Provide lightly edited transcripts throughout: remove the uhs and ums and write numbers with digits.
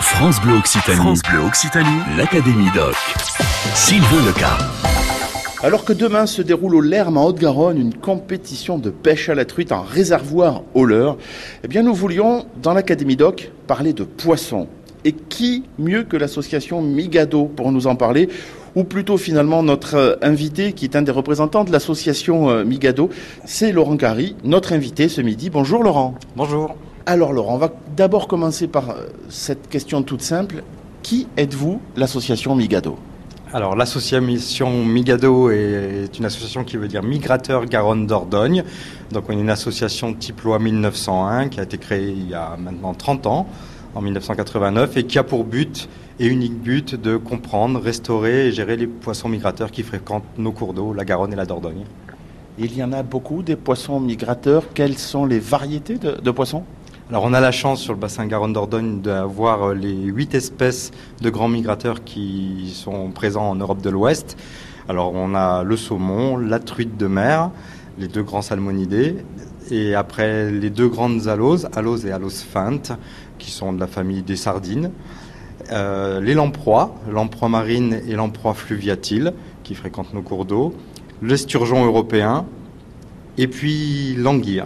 France Bleu Occitanie. France Bleu Occitanie. L'Académie Doc. Sylvain Leca. Alors que demain se déroule au Lerme en Haute-Garonne une compétition de pêche à la truite en réservoir au leurre, eh bien nous voulions dans l'Académie Doc parler de poissons. Et qui mieux que l'association Migado pour nous en parler, ou plutôt finalement notre invité qui est un des représentants de l'association Migado, c'est Laurent Carry, notre invité ce midi. Bonjour Laurent. Bonjour. Alors Laurent, on va d'abord commencer par cette question toute simple. Qui êtes-vous, l'association Migado ? Alors l'association Migado est une association qui veut dire Migrateur Garonne Dordogne. Donc on est une association type loi 1901 qui a été créée il y a maintenant 30 ans, en 1989, et qui a pour but et unique but de comprendre, restaurer et gérer les poissons migrateurs qui fréquentent nos cours d'eau, la Garonne et la Dordogne. Il y en a beaucoup des poissons migrateurs. Quelles sont les variétés de poissons ? Alors on a la chance sur le bassin Garonne-Dordogne d'avoir les 8 espèces de grands migrateurs qui sont présents en Europe de l'Ouest. Alors on a le saumon, la truite de mer, les 2 grands salmonidés, et après les 2 grandes aloses et alosphinthes, qui sont de la famille des sardines. Les lamproies marine et lamproies fluviatiles, qui fréquentent nos cours d'eau, l'esturgeon européen, et puis l'anguille.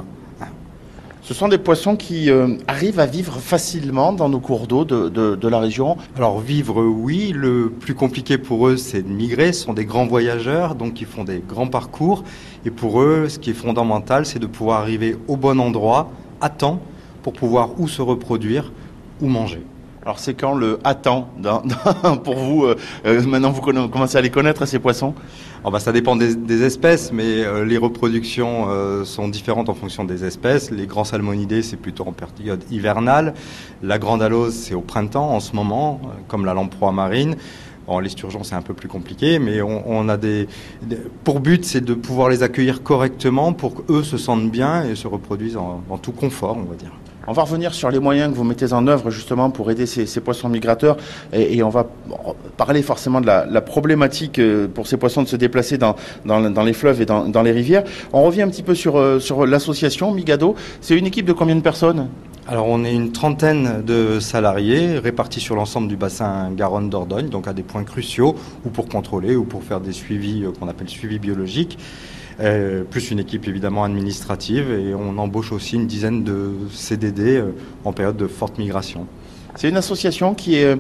Ce sont des poissons qui arrivent à vivre facilement dans nos cours d'eau de la région. Alors vivre, oui. Le plus compliqué pour eux, c'est de migrer. Ce sont des grands voyageurs, donc ils font des grands parcours. Et pour eux, ce qui est fondamental, c'est de pouvoir arriver au bon endroit, à temps, pour pouvoir ou se reproduire ou manger. Alors c'est quand le à temps pour vous maintenant vous commencez à les connaître ces poissons? Ça dépend des espèces, mais les reproductions sont différentes en fonction des espèces. Les grands salmonidés, c'est plutôt en période hivernale. La grande alose, c'est au printemps en ce moment, comme la lamproie marine. L'esturgeon, c'est un peu plus compliqué, mais on a pour but, c'est de pouvoir les accueillir correctement pour qu'eux se sentent bien et se reproduisent en tout confort, on va dire. On va revenir sur les moyens que vous mettez en œuvre justement pour aider ces poissons migrateurs et on va parler forcément de la problématique pour ces poissons de se déplacer dans les fleuves et dans les rivières. On revient un petit peu sur l'association Migado. C'est une équipe de combien de personnes ? Alors on est une trentaine de salariés répartis sur l'ensemble du bassin Garonne-Dordogne, donc à des points cruciaux ou pour contrôler ou pour faire des suivis qu'on appelle suivis biologiques. Plus une équipe évidemment administrative et on embauche aussi une dizaine de CDD en période de forte migration. C'est une association qui est,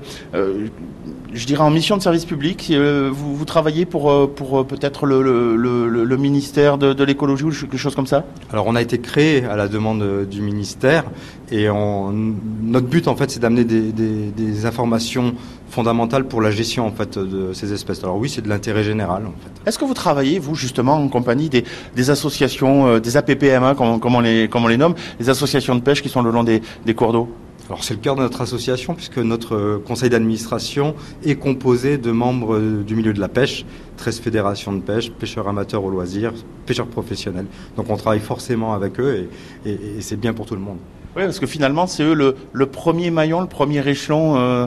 je dirais, en mission de service public. Vous travaillez pour peut-être le ministère de l'écologie ou quelque chose comme ça ? Alors on a été créé à la demande du ministère et notre but en fait c'est d'amener des informations fondamentales pour la gestion en fait de ces espèces. Alors oui, c'est de l'intérêt général en fait. Est-ce que vous travaillez vous justement en compagnie des associations, des APPMA comme on les nomme, les associations de pêche qui sont le long des cours d'eau ? Alors c'est le cœur de notre association puisque notre conseil d'administration est composé de membres du milieu de la pêche, 13 fédérations de pêche, pêcheurs amateurs au loisir, pêcheurs professionnels. Donc on travaille forcément avec eux et c'est bien pour tout le monde. Oui, parce que finalement c'est eux le premier maillon, le premier échelon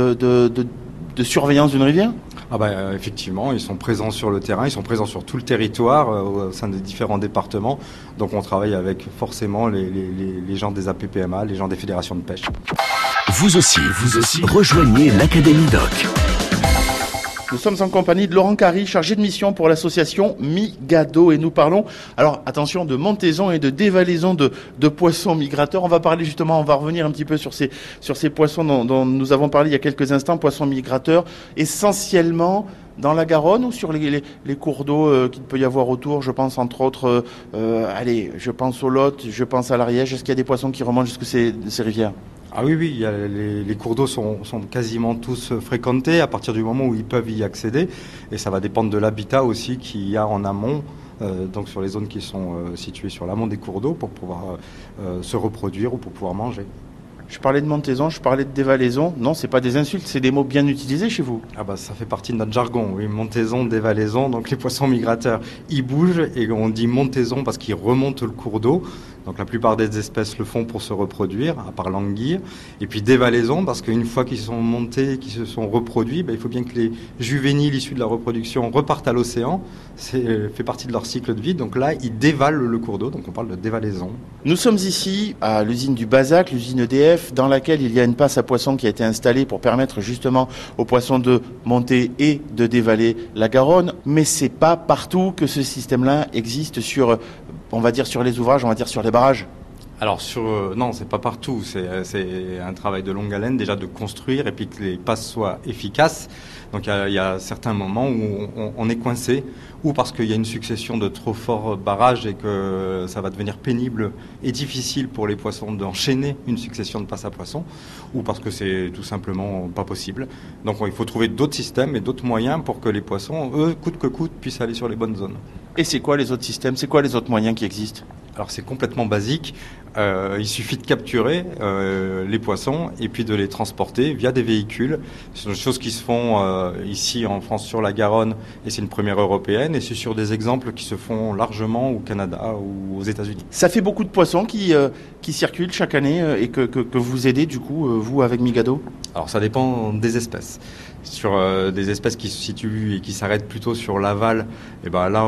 de surveillance d'une rivière ? Effectivement, ils sont présents sur le terrain, ils sont présents sur tout le territoire au sein des différents départements. Donc on travaille avec forcément les gens des APPMA, les gens des fédérations de pêche. Vous aussi, rejoignez l'Académie Doc. Nous sommes en compagnie de Laurent Carry, chargé de mission pour l'association Migado et nous parlons, alors attention, de montaison et de dévalaison de poissons migrateurs. On va revenir un petit peu sur ces poissons dont nous avons parlé il y a quelques instants, poissons migrateurs, essentiellement dans la Garonne ou sur les cours d'eau qu'il peut y avoir autour. Je pense entre autres, je pense au Lot, je pense à l'Ariège. Est-ce qu'il y a des poissons qui remontent jusque ces rivières ? Ah oui, les cours d'eau sont quasiment tous fréquentés à partir du moment où ils peuvent y accéder. Et ça va dépendre de l'habitat aussi qu'il y a en amont, donc sur les zones qui sont situées sur l'amont des cours d'eau pour pouvoir se reproduire ou pour pouvoir manger. Je parlais de montaison, je parlais de dévalaison. Non, c'est pas des insultes, c'est des mots bien utilisés chez vous. Ça fait partie de notre jargon, oui. Montaison, dévalaison. Donc les poissons migrateurs, ils bougent et on dit montaison parce qu'ils remontent le cours d'eau. Donc la plupart des espèces le font pour se reproduire, à part l'anguille. Et puis dévalaison, parce qu'une fois qu'ils sont montés, qu'ils se sont reproduits, il faut bien que les juvéniles issus de la reproduction repartent à l'océan. C'est fait partie de leur cycle de vie. Donc là, ils dévalent le cours d'eau, donc on parle de dévalaison. Nous sommes ici à l'usine du Bazac, l'usine EDF, dans laquelle il y a une passe à poissons qui a été installée pour permettre justement aux poissons de monter et de dévaler la Garonne. Mais c'est pas partout que ce système-là existe sur, on va dire, sur les ouvrages, on va dire sur les barrages. Alors non, c'est pas partout. C'est un travail de longue haleine déjà de construire et puis que les passes soient efficaces. Donc il y a certains moments où on est coincé, ou parce qu'il y a une succession de trop forts barrages et que ça va devenir pénible et difficile pour les poissons d'enchaîner une succession de passes à poissons, ou parce que c'est tout simplement pas possible. Donc il faut trouver d'autres systèmes et d'autres moyens pour que les poissons, eux, coûte que coûte, puissent aller sur les bonnes zones. Et c'est quoi les autres systèmes? C'est quoi les autres moyens qui existent? Alors c'est complètement basique. Il suffit de capturer les poissons et puis de les transporter via des véhicules. C'est des choses qui se font ici en France sur la Garonne, et c'est une première européenne, et c'est sur des exemples qui se font largement au Canada ou aux États-Unis. Ça fait beaucoup de poissons qui circulent chaque année et que vous aidez du coup, vous avec Migado? Alors ça dépend des espèces. Sur des espèces qui se situent et qui s'arrêtent plutôt sur l'aval, et là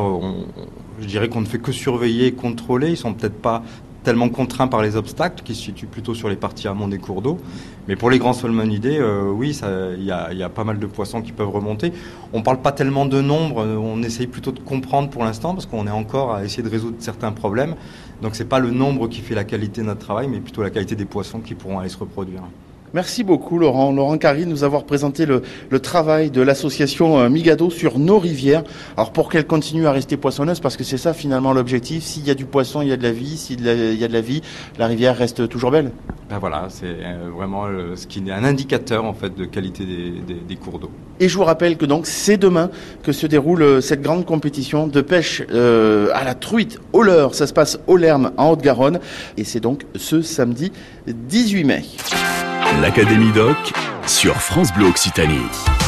je dirais qu'on ne fait que surveiller et contrôler. Ils sont peut-être pas tellement contraints par les obstacles qui se situent plutôt sur les parties amont des cours d'eau. Mais pour les grands salmonidés, oui, il y a pas mal de poissons qui peuvent remonter. On ne parle pas tellement de nombre, on essaye plutôt de comprendre pour l'instant parce qu'on est encore à essayer de résoudre certains problèmes. Donc c'est pas le nombre qui fait la qualité de notre travail, mais plutôt la qualité des poissons qui pourront aller se reproduire. Merci beaucoup Laurent Carry de nous avoir présenté le travail de l'association Migado sur nos rivières. Alors pour qu'elles continuent à rester poissonneuses, parce que c'est ça finalement l'objectif. S'il y a du poisson, il y a de la vie. S'il y a de la vie, la rivière reste toujours belle. Voilà, c'est vraiment ce qui est un indicateur en fait de qualité des cours d'eau. Et je vous rappelle que donc c'est demain que se déroule cette grande compétition de pêche à la truite au leurre. Ça se passe au Lerme en Haute-Garonne et c'est donc ce samedi 18 mai. L'Académie Doc sur France Bleu Occitanie.